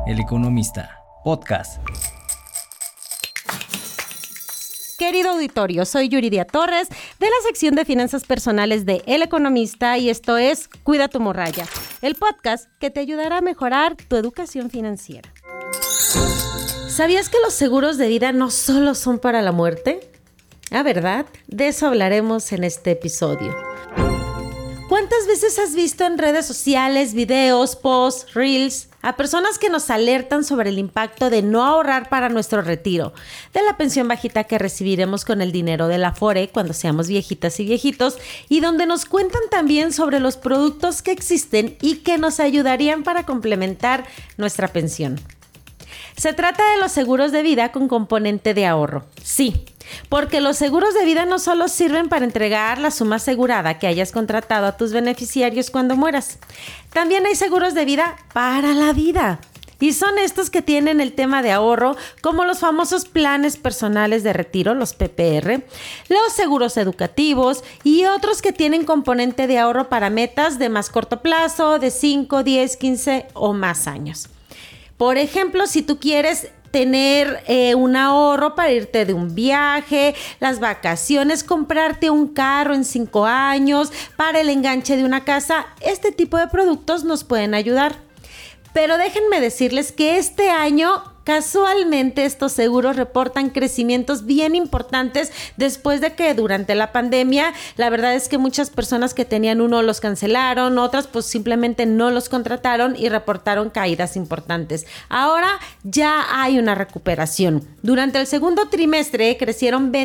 El Economista, podcast. Querido auditorio, soy Yuridia Torres de la sección de finanzas personales de El Economista y esto es Cuida tu morralla, el podcast que te ayudará a mejorar tu educación financiera. ¿Sabías que los seguros de vida no solo son para la muerte? Ah, ¿verdad? De eso hablaremos en este episodio. ¿Cuántas veces has visto en redes sociales, videos, posts, reels, a personas que nos alertan sobre el impacto de no ahorrar para nuestro retiro, de la pensión bajita que recibiremos con el dinero del Afore cuando seamos viejitas y viejitos, y donde nos cuentan también sobre los productos que existen y que nos ayudarían para complementar nuestra pensión? Se trata de los seguros de vida con componente de ahorro. Sí, porque los seguros de vida no solo sirven para entregar la suma asegurada que hayas contratado a tus beneficiarios cuando mueras. También hay seguros de vida para la vida. Y son estos que tienen el tema de ahorro, como los famosos planes personales de retiro, los PPR, los seguros educativos y otros que tienen componente de ahorro para metas de más corto plazo, de 5, 10, 15 o más años. Por ejemplo, si tú quieres tener un ahorro para irte de un viaje, las vacaciones, comprarte un carro en 5 años, para el enganche de una casa, este tipo de productos nos pueden ayudar. Pero déjenme decirles que este año casualmente estos seguros reportan crecimientos bien importantes después de que durante la pandemia la verdad es que muchas personas que tenían uno los cancelaron, otras pues simplemente no los contrataron y reportaron caídas importantes. Ahora ya hay una recuperación. Durante el segundo trimestre crecieron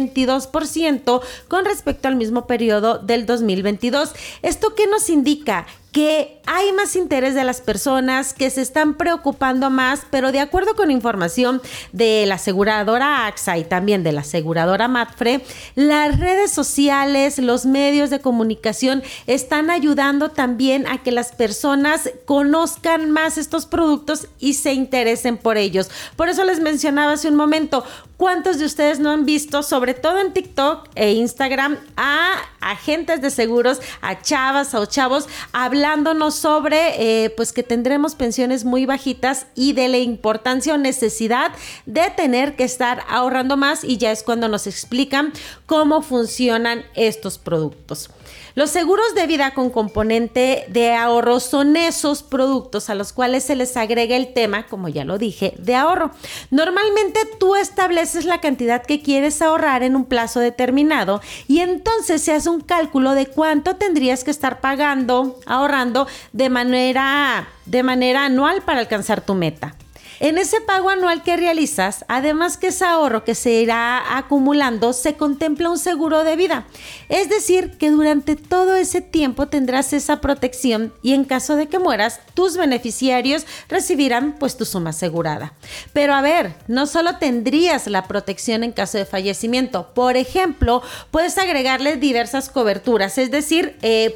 22% con respecto al mismo periodo del 2022. ¿Esto qué nos indica? Que hay más interés de las personas, que se están preocupando más, pero de acuerdo con información de la aseguradora AXA y también de la aseguradora Mapfre, las redes sociales, los medios de comunicación están ayudando también a que las personas conozcan más estos productos y se interesen por ellos. Por eso les mencionaba hace un momento, ¿cuántos de ustedes no han visto, sobre todo en TikTok e Instagram, a agentes de seguros, a chavas o chavos, hablándonos sobre pues que tendremos pensiones muy bajitas y de la importancia o necesidad de tener que estar ahorrando más, y ya es cuando nos explican cómo funcionan estos productos. Los seguros de vida con componente de ahorro son esos productos a los cuales se les agrega el tema, como ya lo dije, de ahorro. Normalmente tú estableces la cantidad que quieres ahorrar en un plazo determinado y entonces se hace un cálculo de cuánto tendrías que estar pagando, ahorrando de manera anual para alcanzar tu meta. En ese pago anual que realizas, además que ese ahorro que se irá acumulando, se contempla un seguro de vida. Es decir, que durante todo ese tiempo tendrás esa protección y en caso de que mueras, tus beneficiarios recibirán pues tu suma asegurada. Pero a ver, no solo tendrías la protección en caso de fallecimiento. Por ejemplo, puedes agregarle diversas coberturas, es decir,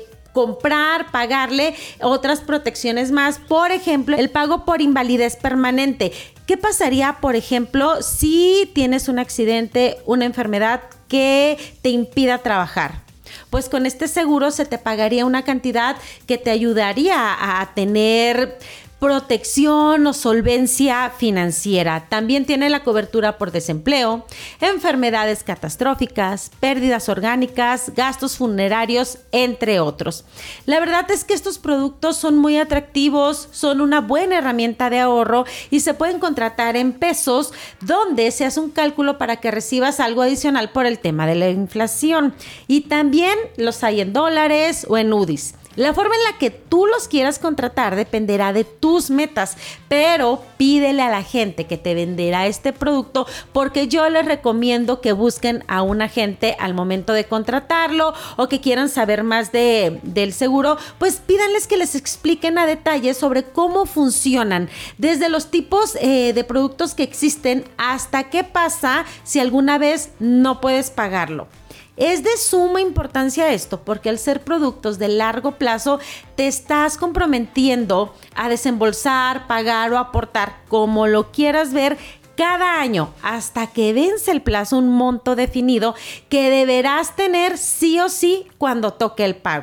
comprar, pagarle otras protecciones más. Por ejemplo, el pago por invalidez permanente. ¿Qué pasaría, por ejemplo, si tienes un accidente, una enfermedad que te impida trabajar? Pues con este seguro se te pagaría una cantidad que te ayudaría a tener protección o solvencia financiera. También tiene la cobertura por desempleo, enfermedades catastróficas, pérdidas orgánicas, gastos funerarios, entre otros. La verdad es que estos productos son muy atractivos, son una buena herramienta de ahorro y se pueden contratar en pesos, donde se hace un cálculo para que recibas algo adicional por el tema de la inflación. Y también los hay en dólares o en UDIs. La forma en la que tú los quieras contratar dependerá de tus metas, pero pídele a la gente que te venderá este producto, porque yo les recomiendo que busquen a un agente al momento de contratarlo o que quieran saber más del seguro, pues pídanles que les expliquen a detalle sobre cómo funcionan, desde los tipos de productos que existen hasta qué pasa si alguna vez no puedes pagarlo. Es de suma importancia esto porque al ser productos de largo plazo te estás comprometiendo a desembolsar, pagar o aportar, como lo quieras ver, cada año hasta que vence el plazo un monto definido que deberás tener sí o sí cuando toque el pago.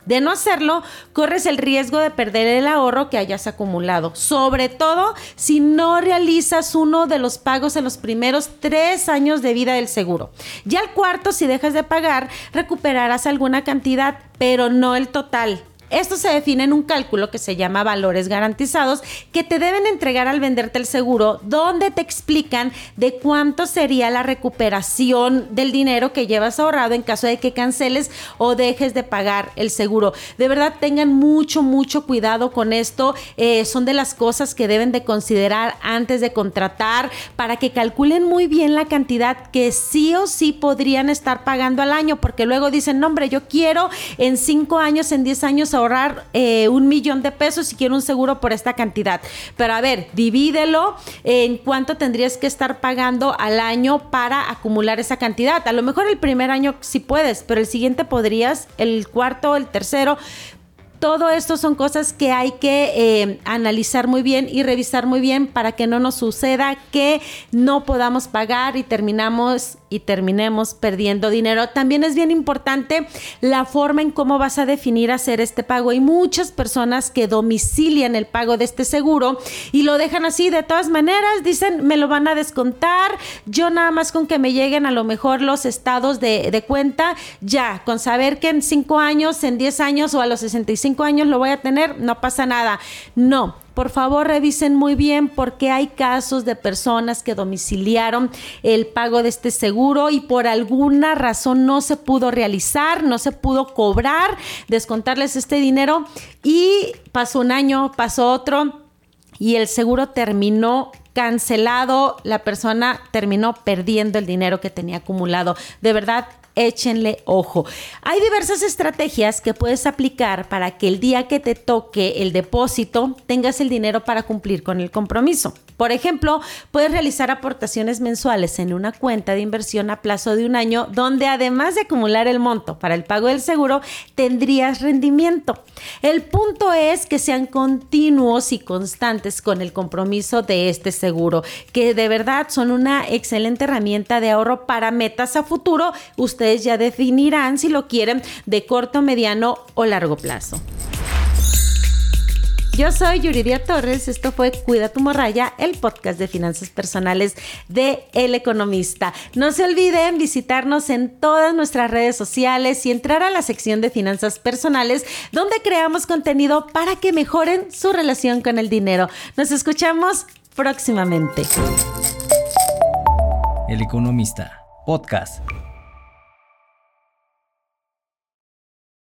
De no hacerlo, corres el riesgo de perder el ahorro que hayas acumulado, sobre todo si no realizas uno de los pagos en los primeros 3 años de vida del seguro. Ya al cuarto, si dejas de pagar, recuperarás alguna cantidad, pero no el total. Esto se define en un cálculo que se llama valores garantizados que te deben entregar al venderte el seguro, donde te explican de cuánto sería la recuperación del dinero que llevas ahorrado en caso de que canceles o dejes de pagar el seguro. De verdad, tengan mucho cuidado con esto. Son de las cosas que deben de considerar antes de contratar para que calculen muy bien la cantidad que sí o sí podrían estar pagando al año, porque luego dicen, no hombre, yo quiero en 5 años, en 10 años ahorrar $1,000,000 y quiero un seguro por esta cantidad. Pero a ver, divídelo en cuánto tendrías que estar pagando al año para acumular esa cantidad. A lo mejor el primer año sí puedes, pero el siguiente podrías, el cuarto, el tercero. Todo esto son cosas que hay que analizar muy bien y revisar muy bien para que no nos suceda que no podamos pagar y terminemos y terminemos perdiendo dinero. También es bien importante la forma en cómo vas a definir hacer este pago. Hay muchas personas que domicilian el pago de este seguro y lo dejan así de todas maneras. Dicen, me lo van a descontar. Yo nada más con que me lleguen a lo mejor los estados de cuenta, ya, con saber que en 5 años, en 10 años o a los 65 años lo voy a tener, no pasa nada. No. Por favor, revisen muy bien porque hay casos de personas que domiciliaron el pago de este seguro y por alguna razón no se pudo realizar, no se pudo cobrar, descontarles este dinero y pasó un año, pasó otro y el seguro terminó cancelado, la persona terminó perdiendo el dinero que tenía acumulado. De verdad, échenle ojo. Hay diversas estrategias que puedes aplicar para que el día que te toque el depósito tengas el dinero para cumplir con el compromiso. Por ejemplo, puedes realizar aportaciones mensuales en una cuenta de inversión a plazo de 1 año, donde además de acumular el monto para el pago del seguro, tendrías rendimiento. El punto es que sean continuos y constantes con el compromiso de este seguro, que de verdad son una excelente herramienta de ahorro para metas a futuro. Ustedes ya definirán si lo quieren de corto, mediano o largo plazo. Yo soy Yuridia Torres, esto fue Cuida tu Morralla, el podcast de finanzas personales de El Economista. No se olviden visitarnos en todas nuestras redes sociales y entrar a la sección de finanzas personales, donde creamos contenido para que mejoren su relación con el dinero. Nos escuchamos próximamente. El Economista, podcast.